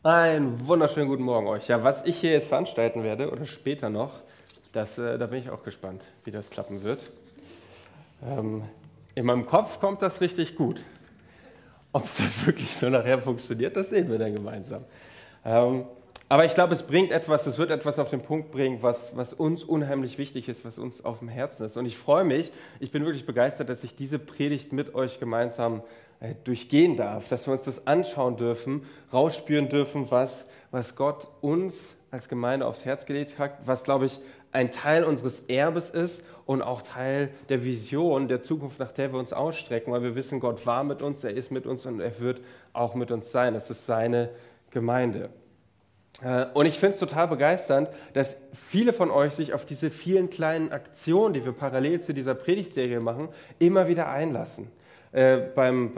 Einen wunderschönen guten Morgen euch. Ja, was ich hier jetzt veranstalten werde oder später noch, da bin ich auch gespannt, wie das klappen wird. In meinem Kopf kommt das richtig gut. Ob es dann wirklich so nachher funktioniert, das sehen wir dann gemeinsam. Aber ich glaube, es wird etwas auf den Punkt bringen, was uns unheimlich wichtig ist, was uns auf dem Herzen ist. Und ich freue mich, ich bin wirklich begeistert, dass ich diese Predigt mit euch gemeinsam durchgehen darf, dass wir uns das anschauen dürfen, rausspüren dürfen, was Gott uns als Gemeinde aufs Herz gelegt hat, was, glaube ich, ein Teil unseres Erbes ist und auch Teil der Vision, der Zukunft, nach der wir uns ausstrecken, weil wir wissen, Gott war mit uns, er ist mit uns und er wird auch mit uns sein. Es ist seine Gemeinde. Und ich finde es total begeisternd, dass viele von euch sich auf diese vielen kleinen Aktionen, die wir parallel zu dieser Predigtserie machen, immer wieder einlassen. Beim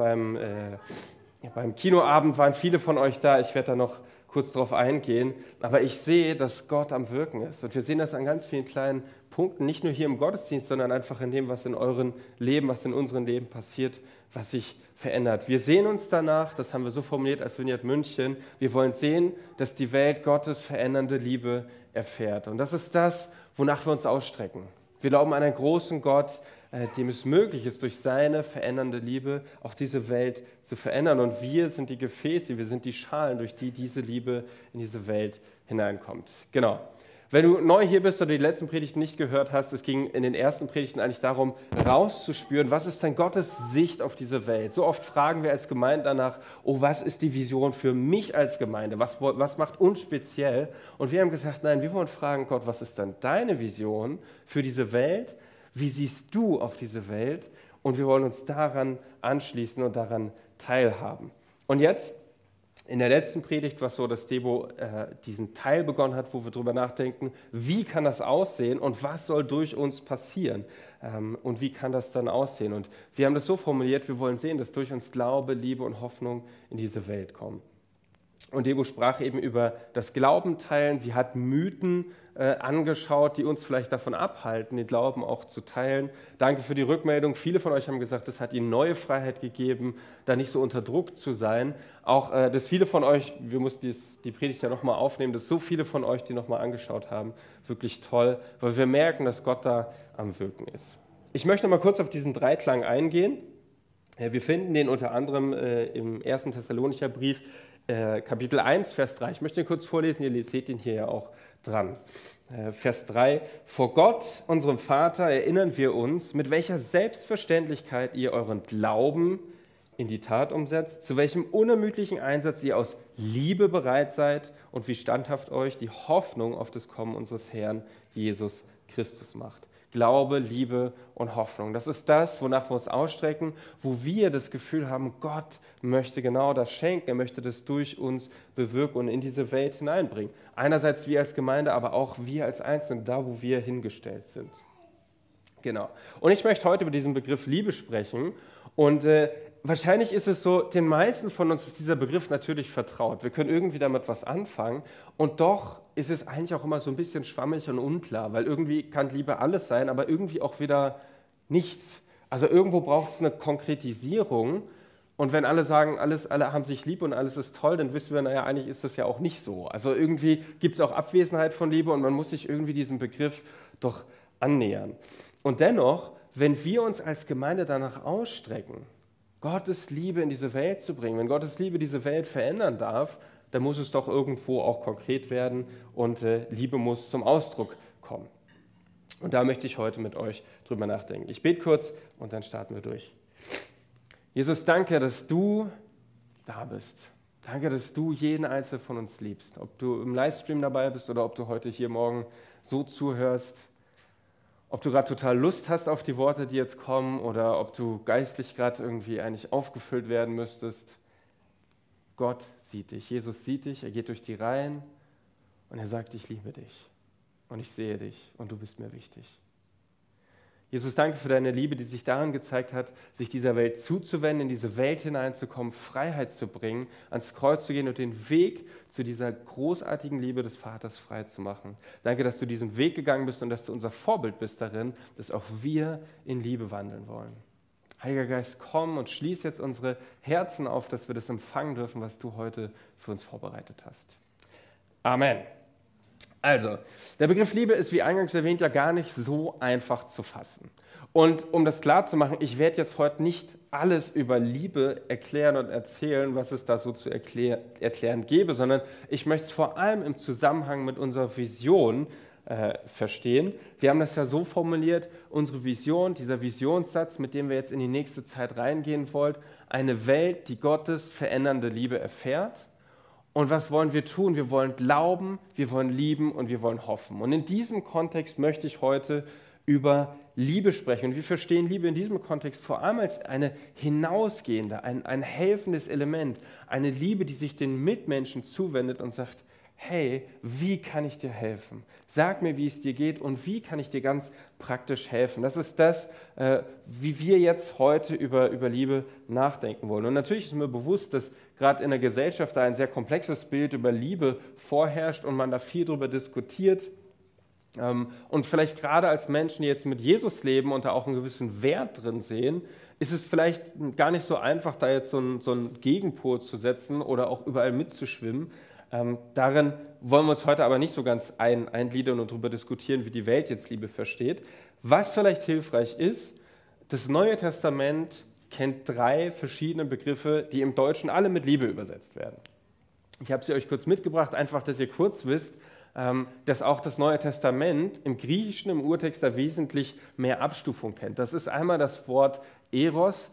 Kinoabend waren viele von euch da, ich werde da noch kurz drauf eingehen, aber ich sehe, dass Gott am Wirken ist. Und wir sehen das an ganz vielen kleinen Punkten, nicht nur hier im Gottesdienst, sondern einfach in dem, was in eurem Leben, was in unserem Leben passiert, was sich verändert. Wir sehen uns danach, das haben wir so formuliert als Vineyard München, wir wollen sehen, dass die Welt Gottes verändernde Liebe erfährt. Und das ist das, wonach wir uns ausstrecken. Wir glauben an einen großen Gott, dem es möglich ist, durch seine verändernde Liebe auch diese Welt zu verändern. Und wir sind die Gefäße, wir sind die Schalen, durch die diese Liebe in diese Welt hineinkommt. Genau. Wenn du neu hier bist oder die letzten Predigten nicht gehört hast, es ging in den ersten Predigten eigentlich darum, rauszuspüren, was ist denn Gottes Sicht auf diese Welt? So oft fragen wir als Gemeinde danach, oh, was ist die Vision für mich als Gemeinde? Was macht uns speziell? Und wir haben gesagt, nein, wir wollen fragen, Gott, was ist dann deine Vision für diese Welt? Wie siehst du auf diese Welt? Und wir wollen uns daran anschließen und daran teilhaben. Und jetzt, in der letzten Predigt war es so, dass Debo diesen Teil begonnen hat, wo wir darüber nachdenken, wie kann das aussehen und was soll durch uns passieren? Und wie kann das dann aussehen? Und wir haben das so formuliert, wir wollen sehen, dass durch uns Glaube, Liebe und Hoffnung in diese Welt kommen. Und Debo sprach eben über das Glauben teilen. Sie hat Mythen angeschaut, die uns vielleicht davon abhalten, den Glauben auch zu teilen. Danke für die Rückmeldung. Viele von euch haben gesagt, das hat ihnen neue Freiheit gegeben, da nicht so unter Druck zu sein. Auch, dass viele von euch, wir mussten die Predigt ja nochmal aufnehmen, dass so viele von euch die nochmal angeschaut haben. Wirklich toll, weil wir merken, dass Gott da am Wirken ist. Ich möchte mal kurz auf diesen Dreiklang eingehen. Wir finden den unter anderem im 1. Thessalonicher Brief, Kapitel 1, Vers 3. Ich möchte ihn kurz vorlesen, ihr seht ihn hier ja auch dran. Vers 3. Vor Gott, unserem Vater, erinnern wir uns, mit welcher Selbstverständlichkeit ihr euren Glauben in die Tat umsetzt, zu welchem unermüdlichen Einsatz ihr aus Liebe bereit seid und wie standhaft euch die Hoffnung auf das Kommen unseres Herrn Jesus Christus macht. Glaube, Liebe und Hoffnung. Das ist das, wonach wir uns ausstrecken, wo wir das Gefühl haben, Gott möchte genau das schenken, er möchte das durch uns bewirken und in diese Welt hineinbringen. Einerseits wir als Gemeinde, aber auch wir als Einzelne, da wo wir hingestellt sind. Genau. Und ich möchte heute über diesen Begriff Liebe sprechen und wahrscheinlich ist es so, den meisten von uns ist dieser Begriff natürlich vertraut. Wir können irgendwie damit was anfangen und doch ist es eigentlich auch immer so ein bisschen schwammig und unklar, weil irgendwie kann Liebe alles sein, aber irgendwie auch wieder nichts. Also irgendwo braucht es eine Konkretisierung und wenn alle sagen, alle haben sich lieb und alles ist toll, dann wissen wir, naja, eigentlich ist das ja auch nicht so. Also irgendwie gibt es auch Abwesenheit von Liebe und man muss sich irgendwie diesem Begriff doch annähern. Und dennoch, wenn wir uns als Gemeinde danach ausstrecken, Gottes Liebe in diese Welt zu bringen, wenn Gottes Liebe diese Welt verändern darf, dann muss es doch irgendwo auch konkret werden und Liebe muss zum Ausdruck kommen. Und da möchte ich heute mit euch drüber nachdenken. Ich bete kurz und dann starten wir durch. Jesus, danke, dass du da bist. Danke, dass du jeden Einzelnen von uns liebst. Ob du im Livestream dabei bist oder ob du heute hier morgen so zuhörst, ob du gerade total Lust hast auf die Worte, die jetzt kommen, oder ob du geistlich gerade irgendwie eigentlich aufgefüllt werden müsstest. Gott sieht dich, Jesus sieht dich, er geht durch die Reihen und er sagt, ich liebe dich und ich sehe dich und du bist mir wichtig. Jesus, danke für deine Liebe, die sich darin gezeigt hat, sich dieser Welt zuzuwenden, in diese Welt hineinzukommen, Freiheit zu bringen, ans Kreuz zu gehen und den Weg zu dieser großartigen Liebe des Vaters frei zu machen. Danke, dass du diesen Weg gegangen bist und dass du unser Vorbild bist darin, dass auch wir in Liebe wandeln wollen. Heiliger Geist, komm und schließ jetzt unsere Herzen auf, dass wir das empfangen dürfen, was du heute für uns vorbereitet hast. Amen. Also, der Begriff Liebe ist, wie eingangs erwähnt, ja gar nicht so einfach zu fassen. Und um das klar zu machen, ich werde jetzt heute nicht alles über Liebe erklären und erzählen, was es da so zu erklären gäbe, sondern ich möchte es vor allem im Zusammenhang mit unserer Vision verstehen. Wir haben das ja so formuliert, unsere Vision, dieser Visionssatz, mit dem wir jetzt in die nächste Zeit reingehen wollen, eine Welt, die Gottes verändernde Liebe erfährt. Und was wollen wir tun? Wir wollen glauben, wir wollen lieben und wir wollen hoffen. Und in diesem Kontext möchte ich heute über Liebe sprechen. Und wir verstehen Liebe in diesem Kontext vor allem als eine hinausgehende, ein helfendes Element. Eine Liebe, die sich den Mitmenschen zuwendet und sagt, hey, wie kann ich dir helfen? Sag mir, wie es dir geht und wie kann ich dir ganz praktisch helfen? Das ist das, wie wir jetzt heute über Liebe nachdenken wollen. Und natürlich ist mir bewusst, dass gerade in der Gesellschaft da ein sehr komplexes Bild über Liebe vorherrscht und man da viel darüber diskutiert. Und vielleicht gerade als Menschen, die jetzt mit Jesus leben und da auch einen gewissen Wert drin sehen, ist es vielleicht gar nicht so einfach, da jetzt so einen Gegenpol zu setzen oder auch überall mitzuschwimmen. Darin wollen wir uns heute aber nicht so ganz eingliedern und darüber diskutieren, wie die Welt jetzt Liebe versteht. Was vielleicht hilfreich ist, das Neue Testament kennt 3 verschiedene Begriffe, die im Deutschen alle mit Liebe übersetzt werden. Ich habe sie euch kurz mitgebracht, einfach, dass ihr kurz wisst, dass auch das Neue Testament im Griechischen, im Urtext, da wesentlich mehr Abstufung kennt. Das ist einmal das Wort Eros,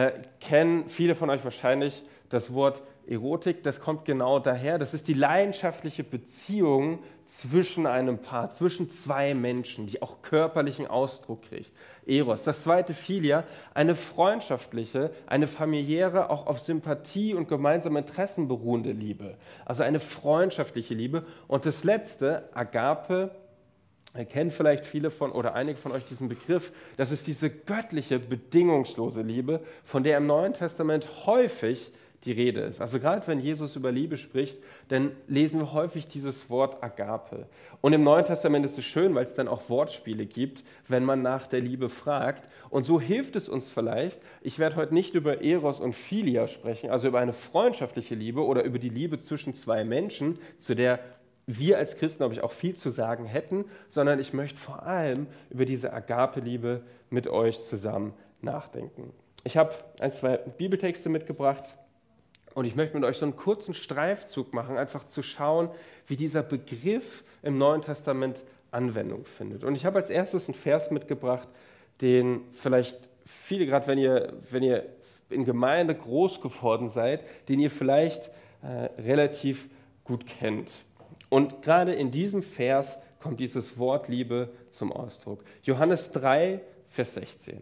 kennen viele von euch wahrscheinlich das Wort Erotik, das kommt genau daher. Das ist die leidenschaftliche Beziehung zwischen einem Paar, zwischen 2 Menschen, die auch körperlichen Ausdruck kriegt. Eros. Das zweite Philia, eine freundschaftliche, eine familiäre, auch auf Sympathie und gemeinsamen Interessen beruhende Liebe. Also eine freundschaftliche Liebe. Und das letzte, Agape, kennen vielleicht viele von oder einige von euch diesen Begriff. Das ist diese göttliche, bedingungslose Liebe, von der im Neuen Testament häufig die Rede ist. Also gerade wenn Jesus über Liebe spricht, dann lesen wir häufig dieses Wort Agape. Und im Neuen Testament ist es schön, weil es dann auch Wortspiele gibt, wenn man nach der Liebe fragt. Und so hilft es uns vielleicht, ich werde heute nicht über Eros und Philia sprechen, also über eine freundschaftliche Liebe oder über die Liebe zwischen 2 Menschen, zu der wir als Christen, glaube ich, auch viel zu sagen hätten, sondern ich möchte vor allem über diese Agape-Liebe mit euch zusammen nachdenken. Ich habe 2 Bibeltexte mitgebracht. Und ich möchte mit euch so einen kurzen Streifzug machen, einfach zu schauen, wie dieser Begriff im Neuen Testament Anwendung findet. Und ich habe als erstes einen Vers mitgebracht, den vielleicht viele, gerade wenn ihr in Gemeinde groß geworden seid, den ihr vielleicht relativ gut kennt. Und gerade in diesem Vers kommt dieses Wort Liebe zum Ausdruck. Johannes 3, Vers 16.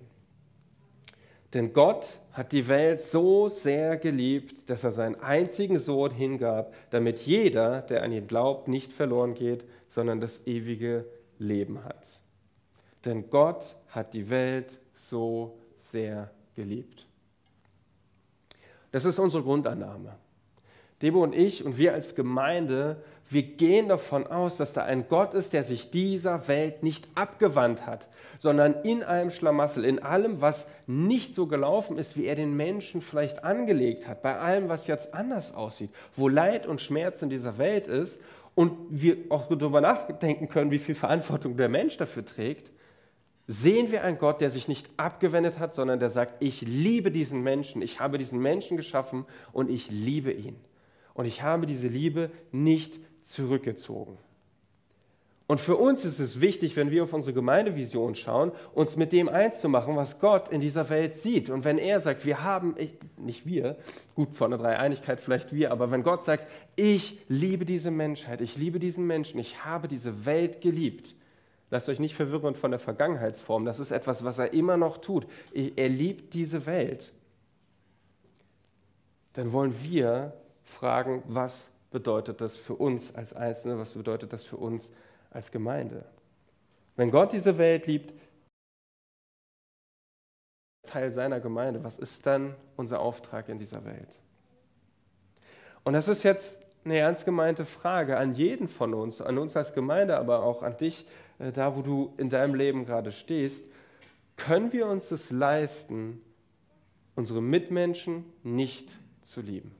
Denn Gott hat die Welt so sehr geliebt, dass er seinen einzigen Sohn hingab, damit jeder, der an ihn glaubt, nicht verloren geht, sondern das ewige Leben hat. Denn Gott hat die Welt so sehr geliebt. Das ist unsere Grundannahme. Debo und ich und wir als Gemeinde, wir gehen davon aus, dass da ein Gott ist, der sich dieser Welt nicht abgewandt hat, sondern in allem Schlamassel, in allem, was nicht so gelaufen ist, wie er den Menschen vielleicht angelegt hat, bei allem, was jetzt anders aussieht, wo Leid und Schmerz in dieser Welt ist und wir auch darüber nachdenken können, wie viel Verantwortung der Mensch dafür trägt, sehen wir einen Gott, der sich nicht abgewendet hat, sondern der sagt, ich liebe diesen Menschen, ich habe diesen Menschen geschaffen und ich liebe ihn. Und ich habe diese Liebe nicht zurückgezogen. Und für uns ist es wichtig, wenn wir auf unsere Gemeindevision schauen, uns mit dem eins zu machen, was Gott in dieser Welt sieht. Und wenn er sagt, wir haben, nicht wir, gut, von der Dreieinigkeit vielleicht wir, aber wenn Gott sagt, ich liebe diese Menschheit, ich liebe diesen Menschen, ich habe diese Welt geliebt, lasst euch nicht verwirren von der Vergangenheitsform, das ist etwas, was er immer noch tut. Er liebt diese Welt. Dann wollen wir fragen, was bedeutet das für uns als Einzelne, was bedeutet das für uns als Gemeinde? Wenn Gott diese Welt liebt, Teil seiner Gemeinde, was ist dann unser Auftrag in dieser Welt? Und das ist jetzt eine ernst gemeinte Frage an jeden von uns, an uns als Gemeinde, aber auch an dich, da wo du in deinem Leben gerade stehst. Können wir uns es leisten, unsere Mitmenschen nicht zu lieben.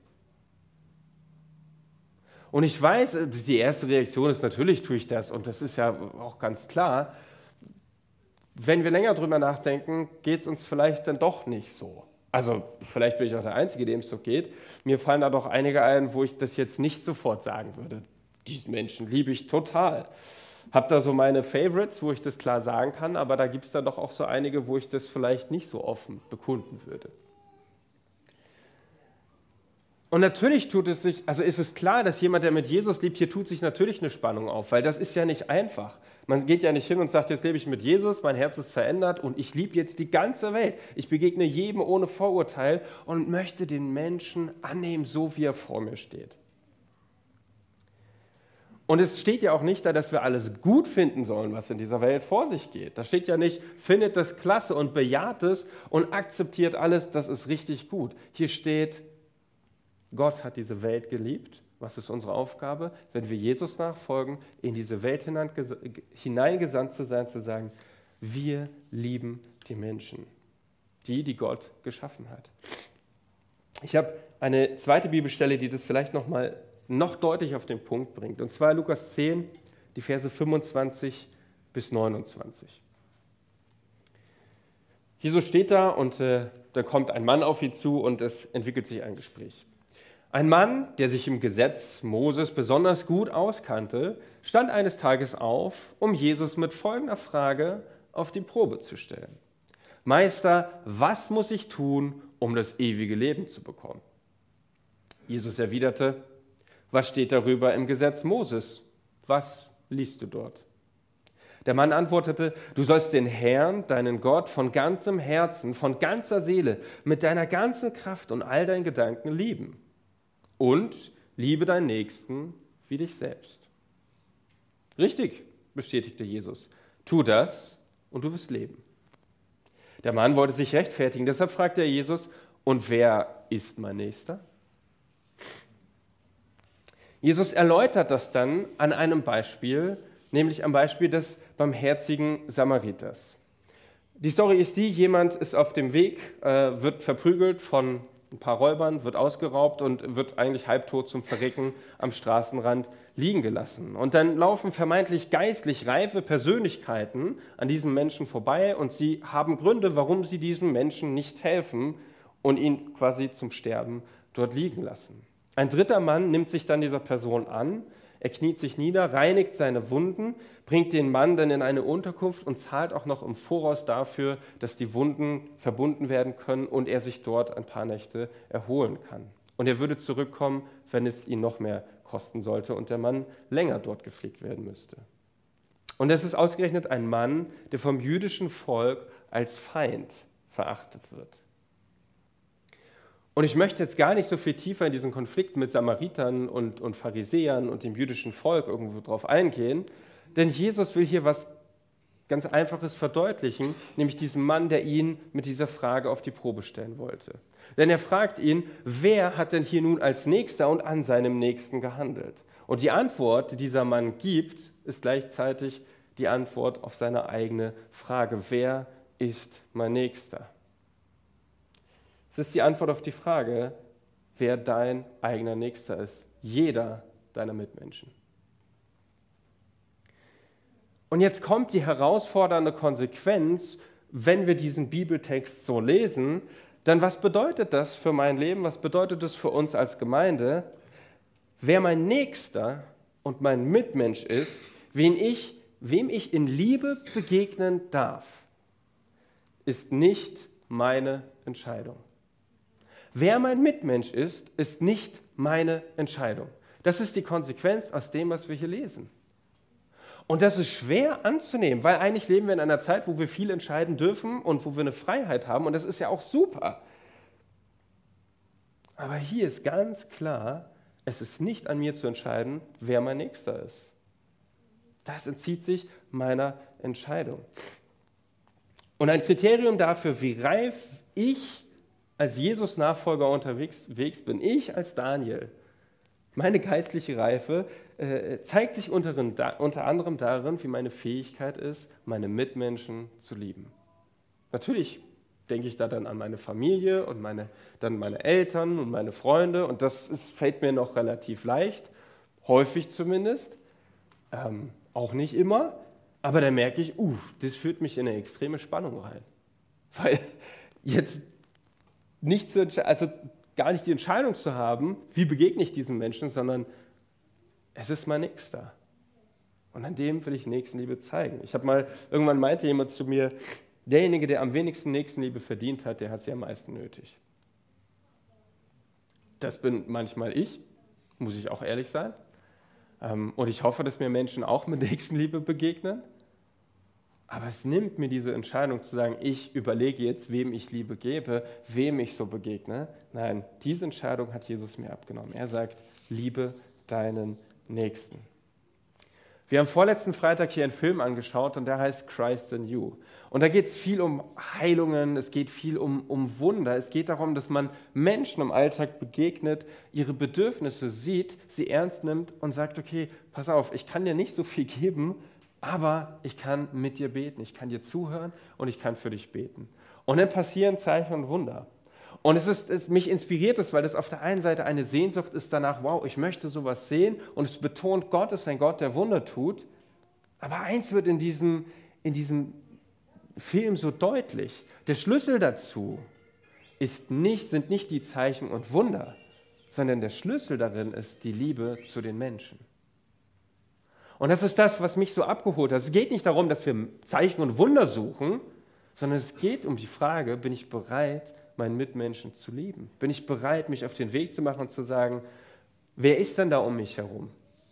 Und ich weiß, die erste Reaktion ist, natürlich tue ich das, und das ist ja auch ganz klar. Wenn wir länger drüber nachdenken, geht es uns vielleicht dann doch nicht so. Also vielleicht bin ich auch der Einzige, dem es so geht. Mir fallen da doch einige ein, wo ich das jetzt nicht sofort sagen würde. Diesen Menschen liebe ich total. Habe da so meine Favorites, wo ich das klar sagen kann, aber da gibt es dann doch auch so einige, wo ich das vielleicht nicht so offen bekunden würde. Und natürlich ist es klar, dass jemand, der mit Jesus lebt, hier tut sich natürlich eine Spannung auf, weil das ist ja nicht einfach. Man geht ja nicht hin und sagt, jetzt lebe ich mit Jesus, mein Herz ist verändert und ich liebe jetzt die ganze Welt. Ich begegne jedem ohne Vorurteil und möchte den Menschen annehmen, so wie er vor mir steht. Und es steht ja auch nicht da, dass wir alles gut finden sollen, was in dieser Welt vor sich geht. Da steht ja nicht, findet das klasse und bejaht es und akzeptiert alles, das ist richtig gut. Hier steht, Gott hat diese Welt geliebt. Was ist unsere Aufgabe? Wenn wir Jesus nachfolgen, in diese Welt hineingesandt zu sein, zu sagen, wir lieben die Menschen, die Gott geschaffen hat. Ich habe eine zweite Bibelstelle, die das vielleicht noch deutlich auf den Punkt bringt. Und zwar Lukas 10, die Verse 25 bis 29. Jesus steht da und da kommt ein Mann auf ihn zu und es entwickelt sich ein Gespräch. Ein Mann, der sich im Gesetz Moses besonders gut auskannte, stand eines Tages auf, um Jesus mit folgender Frage auf die Probe zu stellen. Meister, was muss ich tun, um das ewige Leben zu bekommen? Jesus erwiderte, was steht darüber im Gesetz Moses? Was liest du dort? Der Mann antwortete, du sollst den Herrn, deinen Gott, von ganzem Herzen, von ganzer Seele, mit deiner ganzen Kraft und all deinen Gedanken lieben. Und liebe deinen Nächsten wie dich selbst. Richtig, bestätigte Jesus. Tu das und du wirst leben. Der Mann wollte sich rechtfertigen, deshalb fragte er Jesus, und wer ist mein Nächster? Jesus erläutert das dann an einem Beispiel, nämlich am Beispiel des barmherzigen Samariters. Die Story ist die, jemand ist auf dem Weg, wird verprügelt von ein paar Räubern, wird ausgeraubt und wird eigentlich halbtot zum Verrecken am Straßenrand liegen gelassen. Und dann laufen vermeintlich geistlich reife Persönlichkeiten an diesem Menschen vorbei und sie haben Gründe, warum sie diesem Menschen nicht helfen und ihn quasi zum Sterben dort liegen lassen. Ein dritter Mann nimmt sich dann dieser Person an, er kniet sich nieder, reinigt seine Wunden, bringt den Mann dann in eine Unterkunft und zahlt auch noch im Voraus dafür, dass die Wunden verbunden werden können und er sich dort ein paar Nächte erholen kann. Und er würde zurückkommen, wenn es ihn noch mehr kosten sollte und der Mann länger dort gepflegt werden müsste. Und es ist ausgerechnet ein Mann, der vom jüdischen Volk als Feind verachtet wird. Und ich möchte jetzt gar nicht so viel tiefer in diesen Konflikt mit Samaritern und Pharisäern und dem jüdischen Volk irgendwo drauf eingehen, denn Jesus will hier was ganz Einfaches verdeutlichen, nämlich diesem Mann, der ihn mit dieser Frage auf die Probe stellen wollte. Denn er fragt ihn, wer hat denn hier nun als Nächster und an seinem Nächsten gehandelt? Und die Antwort, die dieser Mann gibt, ist gleichzeitig die Antwort auf seine eigene Frage, wer ist mein Nächster? Es ist die Antwort auf die Frage, wer dein eigener Nächster ist. Jeder deiner Mitmenschen. Und jetzt kommt die herausfordernde Konsequenz, wenn wir diesen Bibeltext so lesen, dann was bedeutet das für mein Leben? Was bedeutet das für uns als Gemeinde? Wer mein Nächster und mein Mitmensch ist, wem ich in Liebe begegnen darf, ist nicht meine Entscheidung. Wer mein Mitmensch ist nicht meine Entscheidung. Das ist die Konsequenz aus dem, was wir hier lesen. Und das ist schwer anzunehmen, weil eigentlich leben wir in einer Zeit, wo wir viel entscheiden dürfen und wo wir eine Freiheit haben. Und das ist ja auch super. Aber hier ist ganz klar, es ist nicht an mir zu entscheiden, wer mein Nächster ist. Das entzieht sich meiner Entscheidung. Und ein Kriterium dafür, wie reif ich als Jesus-Nachfolger unterwegs bin, ich als Daniel, meine geistliche Reife zeigt sich unter anderem darin, wie meine Fähigkeit ist, meine Mitmenschen zu lieben. Natürlich denke ich da dann an meine Familie und dann meine Eltern und meine Freunde und fällt mir noch relativ leicht, häufig zumindest, auch nicht immer, aber da merke ich, das führt mich in eine extreme Spannung rein, weil jetzt also gar nicht die Entscheidung zu haben, wie begegne ich diesen Menschen, sondern es ist mein Nächster. Und an dem will ich Nächstenliebe zeigen. Irgendwann meinte jemand zu mir, derjenige, der am wenigsten Nächstenliebe verdient hat, der hat sie am meisten nötig. Das bin manchmal ich, muss ich auch ehrlich sein. Und ich hoffe, dass mir Menschen auch mit Nächstenliebe begegnen. Aber es nimmt mir diese Entscheidung zu sagen, ich überlege jetzt, wem ich Liebe gebe, wem ich so begegne. Nein, diese Entscheidung hat Jesus mir abgenommen. Er sagt, liebe deinen Nächsten. Wir haben vorletzten Freitag hier einen Film angeschaut und der heißt Christ in You. Und da geht es viel um Heilungen, es geht viel um Wunder. Es geht darum, dass man Menschen im Alltag begegnet, ihre Bedürfnisse sieht, sie ernst nimmt und sagt, okay, pass auf, ich kann dir nicht so viel geben, aber ich kann mit dir beten, ich kann dir zuhören und ich kann für dich beten. Und dann passieren Zeichen und Wunder. Und mich inspiriert es, weil das auf der einen Seite eine Sehnsucht ist danach, wow, ich möchte sowas sehen und es betont, Gott ist ein Gott, der Wunder tut. Aber eins wird in diesem Film so deutlich, der Schlüssel dazu sind nicht die Zeichen und Wunder, sondern der Schlüssel darin ist die Liebe zu den Menschen. Und das ist das, was mich so abgeholt hat. Es geht nicht darum, dass wir Zeichen und Wunder suchen, sondern es geht um die Frage, bin ich bereit, meinen Mitmenschen zu lieben? Bin ich bereit, mich auf den Weg zu machen und zu sagen, wer ist denn da um mich herum?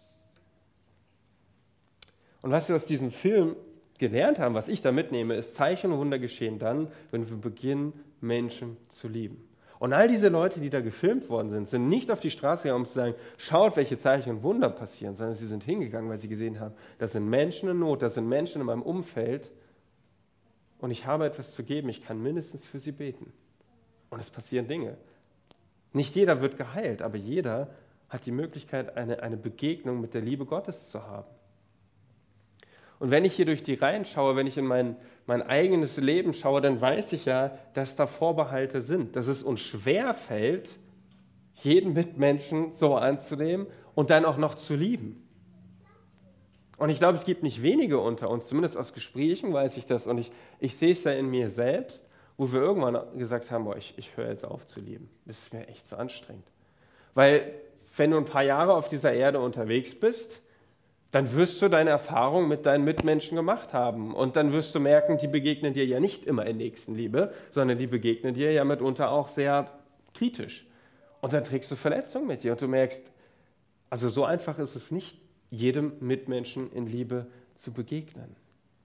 Und was wir aus diesem Film gelernt haben, was ich da mitnehme, ist, Zeichen und Wunder geschehen dann, wenn wir beginnen, Menschen zu lieben. Und all diese Leute, die da gefilmt worden sind nicht auf die Straße gegangen, um zu sagen, schaut, welche Zeichen und Wunder passieren, sondern sie sind hingegangen, weil sie gesehen haben, das sind Menschen in Not, das sind Menschen in meinem Umfeld und ich habe etwas zu geben, ich kann mindestens für sie beten. Und es passieren Dinge. Nicht jeder wird geheilt, aber jeder hat die Möglichkeit, eine Begegnung mit der Liebe Gottes zu haben. Und wenn ich hier durch die Reihen schaue, wenn ich in mein eigenes Leben schaue, dann weiß ich ja, dass da Vorbehalte sind, dass es uns schwer fällt, jeden Mitmenschen so anzunehmen und dann auch noch zu lieben. Und ich glaube, es gibt nicht wenige unter uns, zumindest aus Gesprächen weiß ich das, und ich sehe es ja in mir selbst, wo wir irgendwann gesagt haben, boah, ich höre jetzt auf zu lieben. Das ist mir echt so anstrengend. Weil wenn du ein paar Jahre auf dieser Erde unterwegs bist, dann wirst du deine Erfahrung mit deinen Mitmenschen gemacht haben. Und dann wirst du merken, die begegnen dir ja nicht immer in Nächstenliebe, sondern die begegnen dir ja mitunter auch sehr kritisch. Und dann trägst du Verletzungen mit dir und du merkst, also so einfach ist es nicht, jedem Mitmenschen in Liebe zu begegnen.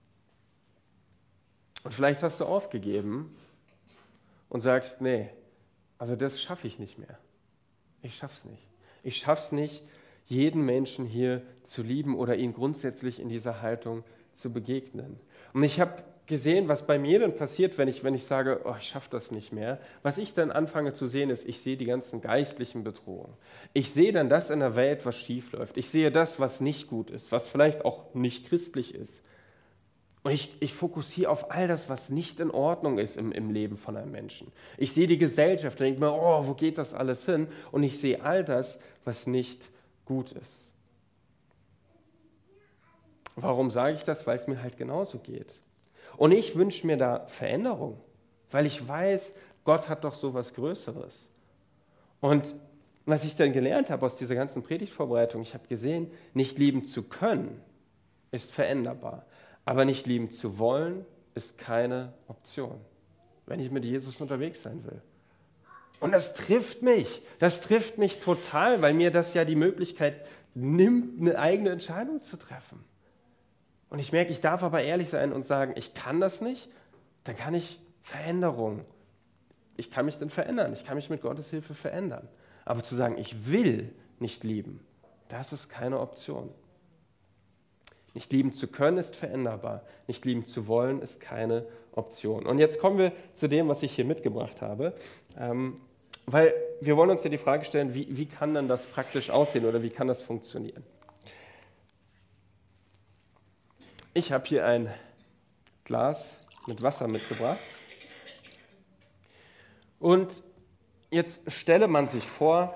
Und vielleicht hast du aufgegeben und sagst, nee, also das schaffe ich nicht mehr. Ich schaff's nicht. Ich schaff's nicht, jeden Menschen hier zu lieben oder ihn grundsätzlich in dieser Haltung zu begegnen. Und ich habe gesehen, was bei mir dann passiert, wenn ich sage, oh, ich schaffe das nicht mehr. Was ich dann anfange zu sehen, ist, ich sehe die ganzen geistlichen Bedrohungen. Ich sehe dann das in der Welt, was schief läuft. Ich sehe das, was nicht gut ist, was vielleicht auch nicht christlich ist. Und ich fokussiere auf all das, was nicht in Ordnung ist im Leben von einem Menschen. Ich sehe die Gesellschaft und denke mir, oh, wo geht das alles hin? Und ich sehe all das, was nicht gut ist. Warum sage ich das? Weil es mir halt genauso geht. Und ich wünsche mir da Veränderung, weil ich weiß, Gott hat doch so was Größeres. Und was ich dann gelernt habe aus dieser ganzen Predigtvorbereitung, ich habe gesehen, nicht lieben zu können, ist veränderbar. Aber nicht lieben zu wollen, ist keine Option, wenn ich mit Jesus unterwegs sein will. Und das trifft mich total, weil mir das ja die Möglichkeit nimmt, eine eigene Entscheidung zu treffen. Und ich merke, ich darf aber ehrlich sein und sagen, ich kann das nicht, dann kann ich Veränderung. Ich kann mich dann verändern, ich kann mich mit Gottes Hilfe verändern. Aber zu sagen, ich will nicht lieben, das ist keine Option. Nicht lieben zu können ist veränderbar, nicht lieben zu wollen ist keine Option. Und jetzt kommen wir zu dem, was ich hier mitgebracht habe, weil wir wollen uns ja die Frage stellen, wie kann dann das praktisch aussehen oder wie kann das funktionieren? Ich habe hier ein Glas mit Wasser mitgebracht Und jetzt stelle man sich vor,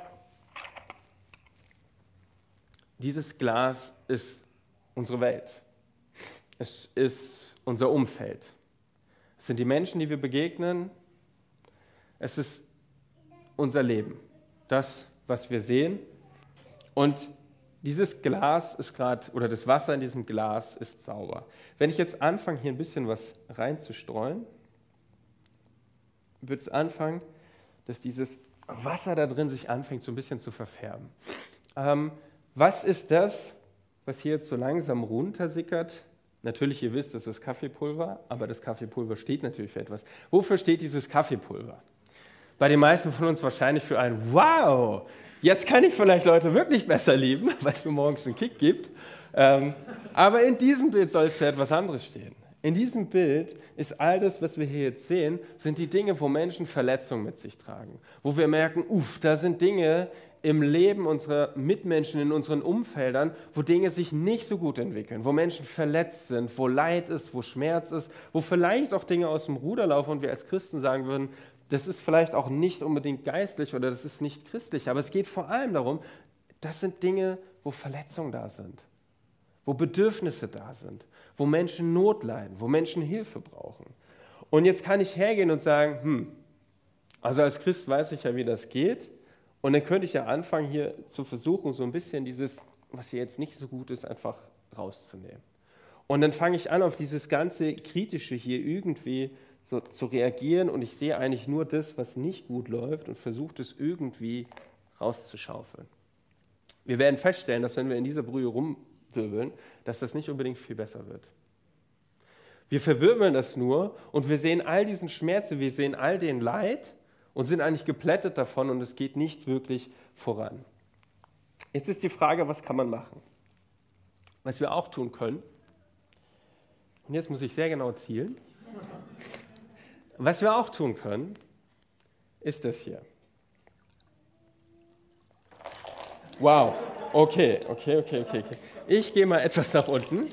dieses Glas ist unsere Welt. Es ist unser Umfeld. Es sind die Menschen, die wir begegnen. Es ist unser Leben, das, was wir sehen. Und dieses Glas ist gerade, oder das Wasser in diesem Glas ist sauber. Wenn ich jetzt anfange, hier ein bisschen was reinzustreuen, wird es anfangen, dass dieses Wasser da drin sich anfängt, so ein bisschen zu verfärben. Was ist das, was hier jetzt so langsam runtersickert? Natürlich, ihr wisst, das ist Kaffeepulver, aber das Kaffeepulver steht natürlich für etwas. Wofür steht dieses Kaffeepulver? Bei den meisten von uns wahrscheinlich für ein Wow, jetzt kann ich vielleicht Leute wirklich besser lieben, weil es mir morgens einen Kick gibt. Aber in diesem Bild soll es für etwas anderes stehen. In diesem Bild ist all das, was wir hier jetzt sehen, sind die Dinge, wo Menschen Verletzungen mit sich tragen. Wo wir merken, da sind Dinge im Leben unserer Mitmenschen, in unseren Umfeldern, wo Dinge sich nicht so gut entwickeln, wo Menschen verletzt sind, wo Leid ist, wo Schmerz ist, wo vielleicht auch Dinge aus dem Ruder laufen und wir als Christen sagen würden, das ist vielleicht auch nicht unbedingt geistlich oder das ist nicht christlich, aber es geht vor allem darum, das sind Dinge, wo Verletzungen da sind, wo Bedürfnisse da sind, wo Menschen Not leiden, wo Menschen Hilfe brauchen. Und jetzt kann ich hergehen und sagen, also als Christ weiß ich ja, wie das geht. Und dann könnte ich ja anfangen, hier zu versuchen, so ein bisschen dieses, was hier jetzt nicht so gut ist, einfach rauszunehmen. Und dann fange ich an, auf dieses ganze Kritische hier irgendwie so zu reagieren und ich sehe eigentlich nur das, was nicht gut läuft und versuche das irgendwie rauszuschaufeln. Wir werden feststellen, dass wenn wir in dieser Brühe rumwirbeln, dass das nicht unbedingt viel besser wird. Wir verwirbeln das nur und wir sehen all diesen Schmerz, wir sehen all den Leid, und sind eigentlich geplättet davon und es geht nicht wirklich voran. Jetzt ist die Frage, was kann man machen? Was wir auch tun können, und jetzt muss ich sehr genau zielen, was wir auch tun können, ist das hier. Wow, okay. Ich gehe mal etwas nach unten.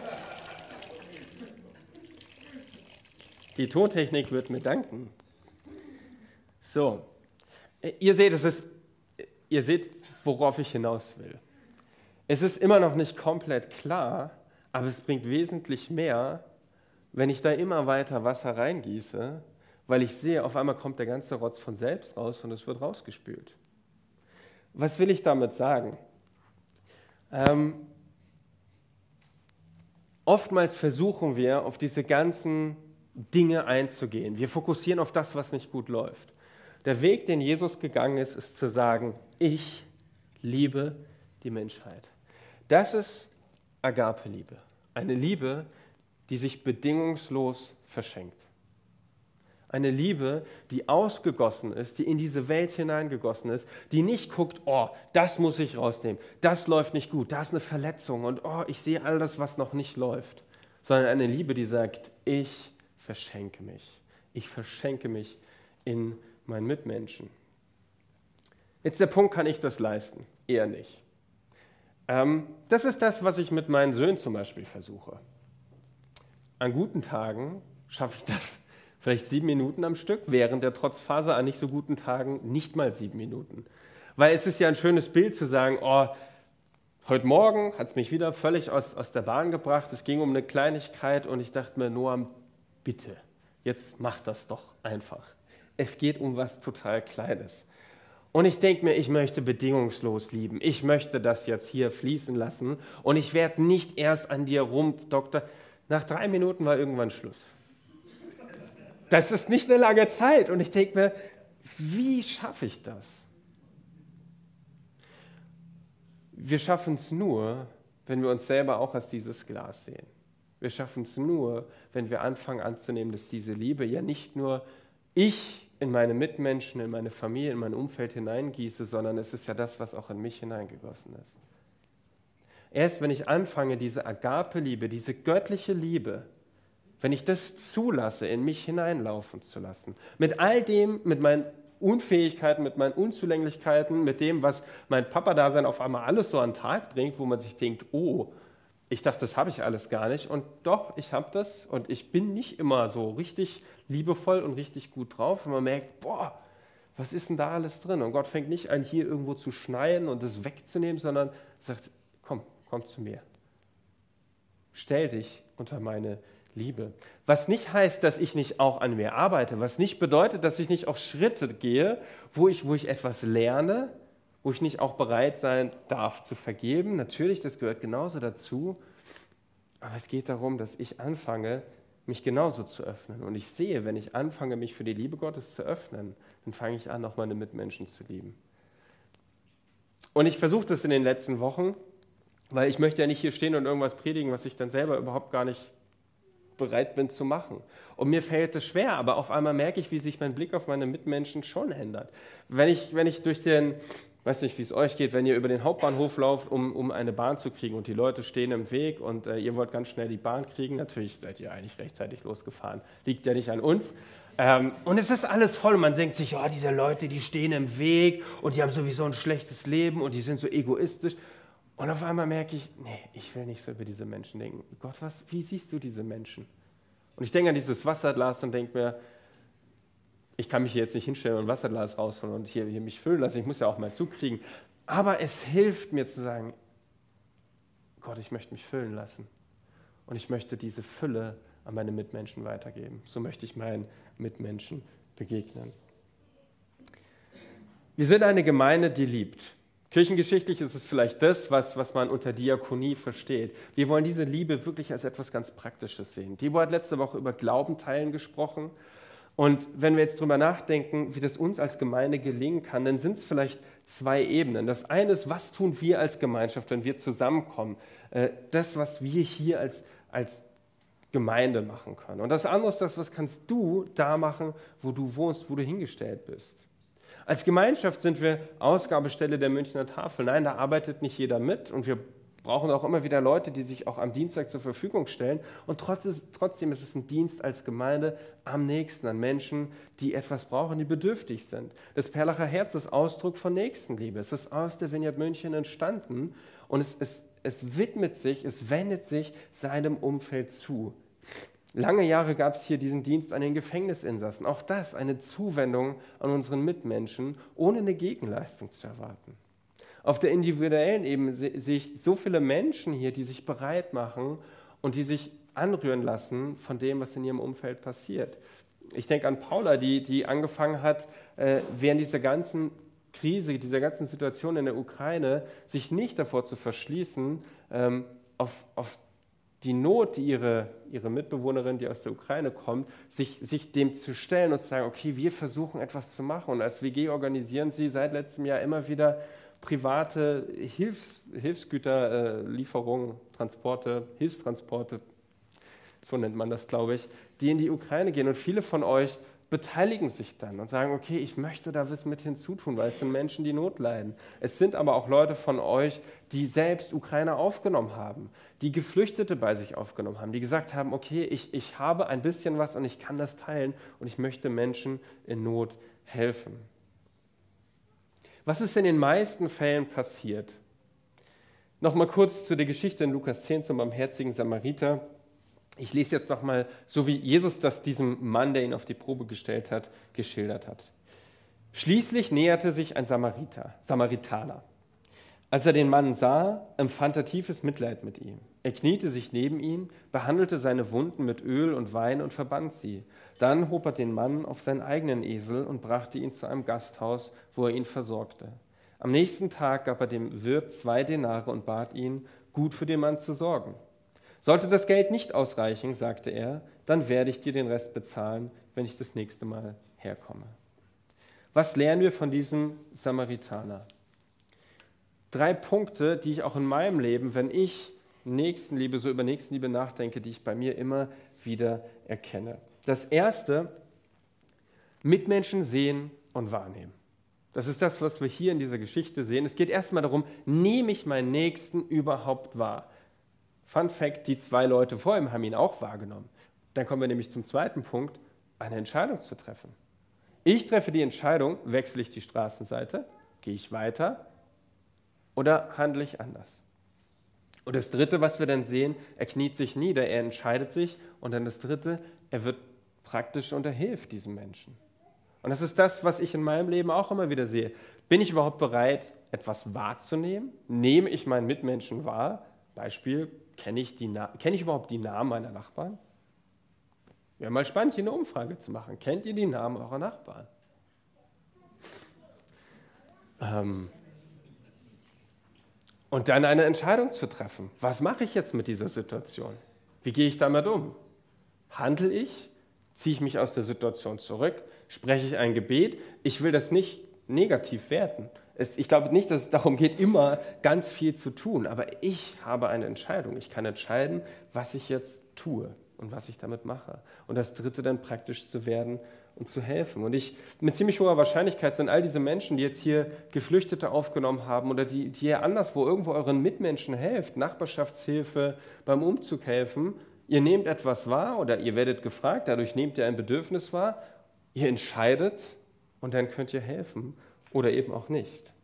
Die Tontechnik wird mir danken. So, ihr seht, worauf ich hinaus will. Es ist immer noch nicht komplett klar, aber es bringt wesentlich mehr, wenn ich da immer weiter Wasser reingieße, weil ich sehe, auf einmal kommt der ganze Rotz von selbst raus und es wird rausgespült. Was will ich damit sagen? Oftmals versuchen wir, auf diese ganzen Dinge einzugehen. Wir fokussieren auf das, was nicht gut läuft. Der Weg, den Jesus gegangen ist, ist zu sagen, ich liebe die Menschheit. Das ist Agape-Liebe. Eine Liebe, die sich bedingungslos verschenkt. Eine Liebe, die ausgegossen ist, die in diese Welt hineingegossen ist, die nicht guckt, das muss ich rausnehmen, das läuft nicht gut, da ist eine Verletzung und ich sehe all das, was noch nicht läuft. Sondern eine Liebe, die sagt, ich verschenke mich. Ich verschenke mich in meinen Mitmenschen. Jetzt der Punkt, kann ich das leisten? Eher nicht. Das ist das, was ich mit meinen Söhnen zum Beispiel versuche. An guten Tagen schaffe ich das vielleicht 7 Minuten am Stück, während der Trotzphase an nicht so guten Tagen nicht mal 7 Minuten. Weil es ist ja ein schönes Bild zu sagen, heute Morgen hat es mich wieder völlig aus der Bahn gebracht, es ging um eine Kleinigkeit und ich dachte mir, Noam, bitte, jetzt mach das doch einfach. Es geht um was total Kleines. Und ich denke mir, ich möchte bedingungslos lieben. Ich möchte das jetzt hier fließen lassen und ich werde nicht erst an dir rumdoktern. Nach 3 Minuten war irgendwann Schluss. Das ist nicht eine lange Zeit und ich denke mir, wie schaffe ich das? Wir schaffen es nur, wenn wir uns selber auch als dieses Glas sehen. Wir schaffen es nur, wenn wir anfangen anzunehmen, dass diese Liebe ja nicht nur ich in meine Mitmenschen, in meine Familie, in mein Umfeld hineingieße, sondern es ist ja das, was auch in mich hineingegossen ist. Erst wenn ich anfange, diese Agape-Liebe, diese göttliche Liebe, wenn ich das zulasse, in mich hineinlaufen zu lassen, mit all dem, mit meinen Unfähigkeiten, mit meinen Unzulänglichkeiten, mit dem, was mein Papa-Dasein auf einmal alles so an den Tag bringt, wo man sich denkt, ich dachte, das habe ich alles gar nicht und doch, ich habe das und ich bin nicht immer so richtig liebevoll und richtig gut drauf und man merkt, Was ist denn da alles drin? Und Gott fängt nicht an, hier irgendwo zu schneiden und es wegzunehmen, sondern sagt, komm zu mir. Stell dich unter meine Liebe. Was nicht heißt, dass ich nicht auch an mir arbeite, was nicht bedeutet, dass ich nicht auch Schritte gehe, wo ich etwas lerne, wo ich nicht auch bereit sein darf zu vergeben. Natürlich, das gehört genauso dazu. Aber es geht darum, dass ich anfange, mich genauso zu öffnen. Und ich sehe, wenn ich anfange, mich für die Liebe Gottes zu öffnen, dann fange ich an, auch meine Mitmenschen zu lieben. Und ich versuche das in den letzten Wochen, weil ich möchte ja nicht hier stehen und irgendwas predigen, was ich dann selber überhaupt gar nicht bereit bin zu machen. Und mir fällt es schwer, aber auf einmal merke ich, wie sich mein Blick auf meine Mitmenschen schon ändert. Wenn ich durch den, weiß nicht, wie es euch geht, wenn ihr über den Hauptbahnhof lauft, um eine Bahn zu kriegen und die Leute stehen im Weg und ihr wollt ganz schnell die Bahn kriegen, natürlich seid ihr eigentlich rechtzeitig losgefahren, liegt ja nicht an uns. Und es ist alles voll und man denkt sich, oh, diese Leute, die stehen im Weg und die haben sowieso ein schlechtes Leben und die sind so egoistisch. Und auf einmal merke ich, nee, ich will nicht so über diese Menschen denken. Gott, wie siehst du diese Menschen? Und ich denke an dieses Wasserglas und denke mir, ich kann mich hier jetzt nicht hinstellen und ein Wasserglas rausholen und hier mich füllen lassen, ich muss ja auch mal zukriegen. Aber es hilft mir zu sagen, Gott, ich möchte mich füllen lassen. Und ich möchte diese Fülle an meine Mitmenschen weitergeben. So möchte ich meinen Mitmenschen begegnen. Wir sind eine Gemeinde, die liebt. Kirchengeschichtlich ist es vielleicht das, was man unter Diakonie versteht. Wir wollen diese Liebe wirklich als etwas ganz Praktisches sehen. Debo hat letzte Woche über Glauben teilen gesprochen. Und wenn wir jetzt drüber nachdenken, wie das uns als Gemeinde gelingen kann, dann sind es vielleicht zwei Ebenen. Das eine ist, was tun wir als Gemeinschaft, wenn wir zusammenkommen? Das, was wir hier als Gemeinde machen können. Und das andere ist das, was kannst du da machen, wo du wohnst, wo du hingestellt bist. Als Gemeinschaft sind wir Ausgabestelle der Münchner Tafel. Nein, da arbeitet nicht jeder mit und wir brauchen auch immer wieder Leute, die sich auch am Dienstag zur Verfügung stellen. Und trotzdem ist es ein Dienst als Gemeinde am Nächsten, an Menschen, die etwas brauchen, die bedürftig sind. Das Perlacher Herz ist Ausdruck von Nächstenliebe. Es ist aus der Vineyard München entstanden und es widmet sich, es wendet sich seinem Umfeld zu. Lange Jahre gab es hier diesen Dienst an den Gefängnisinsassen. Auch das eine Zuwendung an unseren Mitmenschen, ohne eine Gegenleistung zu erwarten. Auf der individuellen Ebene sehe ich so viele Menschen hier, die sich bereit machen und die sich anrühren lassen von dem, was in ihrem Umfeld passiert. Ich denke an Paula, die angefangen hat, während dieser ganzen Krise, dieser ganzen Situation in der Ukraine, sich nicht davor zu verschließen, auf die Not, die ihre Mitbewohnerin, die aus der Ukraine kommt, sich dem zu stellen und zu sagen, okay, wir versuchen etwas zu machen. Und als WG organisieren sie seit letztem Jahr immer wieder private Hilfsgüterlieferungen, Hilfstransporte, so nennt man das, glaube ich, die in die Ukraine gehen. Und viele von euch beteiligen sich dann und sagen, okay, ich möchte da was mit hinzutun, weil es sind Menschen, die Not leiden. Es sind aber auch Leute von euch, die selbst Ukrainer aufgenommen haben, die Geflüchtete bei sich aufgenommen haben, die gesagt haben, okay, ich habe ein bisschen was und ich kann das teilen und ich möchte Menschen in Not helfen. Was ist in den meisten Fällen passiert? Nochmal kurz zu der Geschichte in Lukas 10 zum barmherzigen Samariter. Ich lese jetzt nochmal, so wie Jesus das diesem Mann, der ihn auf die Probe gestellt hat, geschildert hat. Schließlich näherte sich ein Samaritaner. Als er den Mann sah, empfand er tiefes Mitleid mit ihm. Er kniete sich neben ihn, behandelte seine Wunden mit Öl und Wein und verband sie. Dann hob er den Mann auf seinen eigenen Esel und brachte ihn zu einem Gasthaus, wo er ihn versorgte. Am nächsten Tag gab er dem Wirt 2 Denare und bat ihn, gut für den Mann zu sorgen. Sollte das Geld nicht ausreichen, sagte er, dann werde ich dir den Rest bezahlen, wenn ich das nächste Mal herkomme. Was lernen wir von diesem Samaritaner? 3 Punkte, die ich auch in meinem Leben, wenn ich Nächstenliebe, so über Nächstenliebe nachdenke, die ich bei mir immer wieder erkenne. Das erste, Mitmenschen sehen und wahrnehmen. Das ist das, was wir hier in dieser Geschichte sehen. Es geht erstmal darum, nehme ich meinen Nächsten überhaupt wahr? Fun Fact, die 2 Leute vor ihm haben ihn auch wahrgenommen. Dann kommen wir nämlich zum zweiten Punkt, eine Entscheidung zu treffen. Ich treffe die Entscheidung, wechsle ich die Straßenseite, gehe ich weiter oder handle ich anders? Und das dritte, was wir dann sehen, er kniet sich nieder, er entscheidet sich und dann das dritte, er wird praktisch und er hilft diesem Menschen. Und das ist das, was ich in meinem Leben auch immer wieder sehe. Bin ich überhaupt bereit, etwas wahrzunehmen? Nehme ich meinen Mitmenschen wahr? Beispiel, kenne ich überhaupt die Namen meiner Nachbarn? Wäre mal spannend, hier eine Umfrage zu machen. Kennt ihr die Namen eurer Nachbarn? Und dann eine Entscheidung zu treffen. Was mache ich jetzt mit dieser Situation? Wie gehe ich damit um? Handle ich? Ziehe ich mich aus der Situation zurück? Spreche ich ein Gebet? Ich will das nicht negativ werten. Ich glaube nicht, dass es darum geht, immer ganz viel zu tun, aber ich habe eine Entscheidung. Ich kann entscheiden, was ich jetzt tue und was ich damit mache. Und das Dritte dann praktisch zu werden und zu helfen. Und mit ziemlich hoher Wahrscheinlichkeit sind all diese Menschen, die jetzt hier Geflüchtete aufgenommen haben oder die ihr anderswo irgendwo euren Mitmenschen helft, Nachbarschaftshilfe, beim Umzug helfen, ihr nehmt etwas wahr oder ihr werdet gefragt, dadurch nehmt ihr ein Bedürfnis wahr, ihr entscheidet und dann könnt ihr helfen oder eben auch nicht.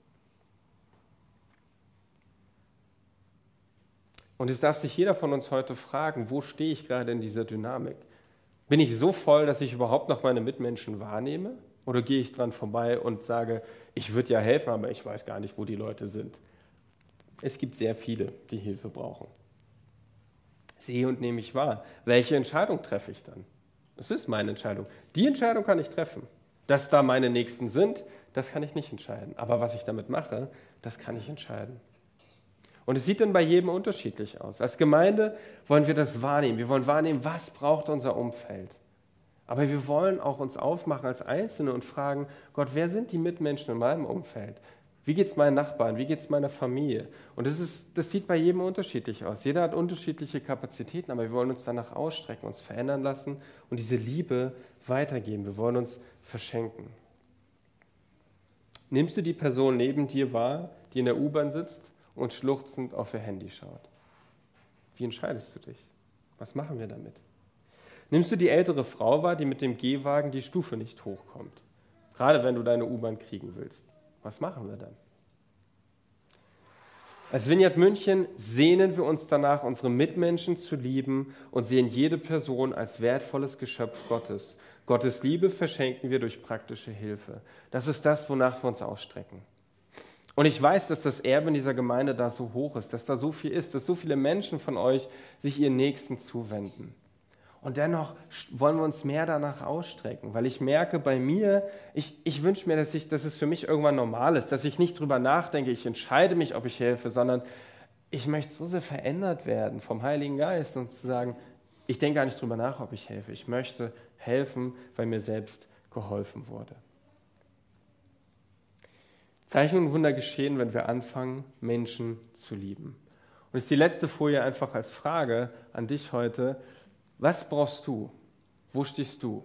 Und es darf sich jeder von uns heute fragen, wo stehe ich gerade in dieser Dynamik? Bin ich so voll, dass ich überhaupt noch meine Mitmenschen wahrnehme? Oder gehe ich dran vorbei und sage, ich würde ja helfen, aber ich weiß gar nicht, wo die Leute sind? Es gibt sehr viele, die Hilfe brauchen. Sehe und nehme ich wahr. Welche Entscheidung treffe ich dann? Es ist meine Entscheidung. Die Entscheidung kann ich treffen. Dass da meine Nächsten sind, das kann ich nicht entscheiden. Aber was ich damit mache, das kann ich entscheiden. Und es sieht dann bei jedem unterschiedlich aus. Als Gemeinde wollen wir das wahrnehmen. Wir wollen wahrnehmen, was braucht unser Umfeld. Aber wir wollen auch uns aufmachen als Einzelne und fragen, Gott, wer sind die Mitmenschen in meinem Umfeld? Wie geht es meinen Nachbarn? Wie geht es meiner Familie? Und das sieht bei jedem unterschiedlich aus. Jeder hat unterschiedliche Kapazitäten, aber wir wollen uns danach ausstrecken, uns verändern lassen und diese Liebe weitergeben. Wir wollen uns verschenken. Nimmst du die Person neben dir wahr, die in der U-Bahn sitzt und schluchzend auf ihr Handy schaut? Wie entscheidest du dich? Was machen wir damit? Nimmst du die ältere Frau wahr, die mit dem Gehwagen die Stufe nicht hochkommt? Gerade wenn du deine U-Bahn kriegen willst. Was machen wir dann? Als Vineyard München sehnen wir uns danach, unsere Mitmenschen zu lieben und sehen jede Person als wertvolles Geschöpf Gottes. Gottes Liebe verschenken wir durch praktische Hilfe. Das ist das, wonach wir uns ausstrecken. Und ich weiß, dass das Erbe in dieser Gemeinde da so hoch ist, dass da so viel ist, dass so viele Menschen von euch sich ihren Nächsten zuwenden. Und dennoch wollen wir uns mehr danach ausstrecken, weil ich merke bei mir, ich wünsche mir, dass es für mich irgendwann normal ist, dass ich nicht drüber nachdenke, ich entscheide mich, ob ich helfe, sondern ich möchte so sehr verändert werden vom Heiligen Geist und zu sagen, ich denke gar nicht drüber nach, ob ich helfe. Ich möchte helfen, weil mir selbst geholfen wurde. Zeichen und Wunder geschehen, wenn wir anfangen, Menschen zu lieben. Und ist die letzte Folie einfach als Frage an dich heute: Was brauchst du? Wo stehst du?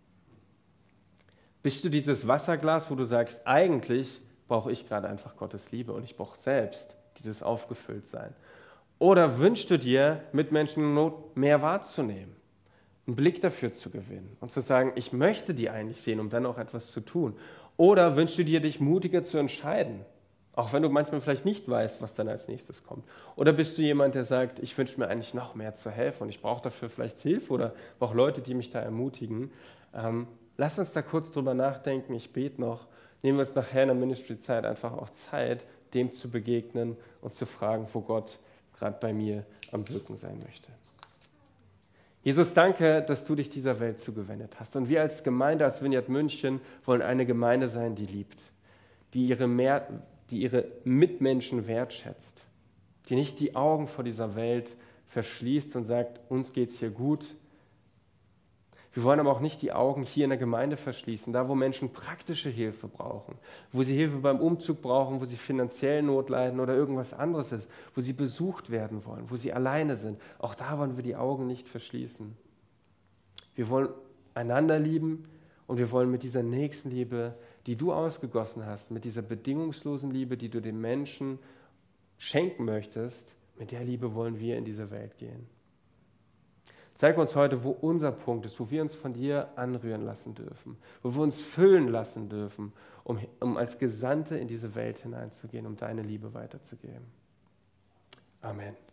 Bist du dieses Wasserglas, wo du sagst, eigentlich brauche ich gerade einfach Gottes Liebe und ich brauche selbst dieses Aufgefülltsein? Oder wünschst du dir, Mitmenschen in Not mehr wahrzunehmen, einen Blick dafür zu gewinnen und zu sagen, ich möchte die eigentlich sehen, um dann auch etwas zu tun? Oder wünschst du dir, dich mutiger zu entscheiden, auch wenn du manchmal vielleicht nicht weißt, was dann als nächstes kommt? Oder bist du jemand, der sagt, ich wünsche mir eigentlich noch mehr zu helfen und ich brauche dafür vielleicht Hilfe oder brauche Leute, die mich da ermutigen? Lass uns da kurz drüber nachdenken. Ich bete noch. Nehmen wir uns nachher in der Ministry-Zeit einfach auch Zeit, dem zu begegnen und zu fragen, wo Gott gerade bei mir am Wirken sein möchte. Jesus, danke, dass du dich dieser Welt zugewendet hast. Und wir als Gemeinde, als Vineyard München, wollen eine Gemeinde sein, die liebt, die ihre Mitmenschen wertschätzt, die nicht die Augen vor dieser Welt verschließt und sagt, uns geht's hier gut. Wir wollen aber auch nicht die Augen hier in der Gemeinde verschließen, da wo Menschen praktische Hilfe brauchen, wo sie Hilfe beim Umzug brauchen, wo sie finanziell Not leiden oder irgendwas anderes ist, wo sie besucht werden wollen, wo sie alleine sind. Auch da wollen wir die Augen nicht verschließen. Wir wollen einander lieben und wir wollen mit dieser Nächstenliebe, die du ausgegossen hast, mit dieser bedingungslosen Liebe, die du den Menschen schenken möchtest, mit der Liebe wollen wir in diese Welt gehen. Zeig uns heute, wo unser Punkt ist, wo wir uns von dir anrühren lassen dürfen, wo wir uns füllen lassen dürfen, um als Gesandte in diese Welt hineinzugehen, um deine Liebe weiterzugeben. Amen.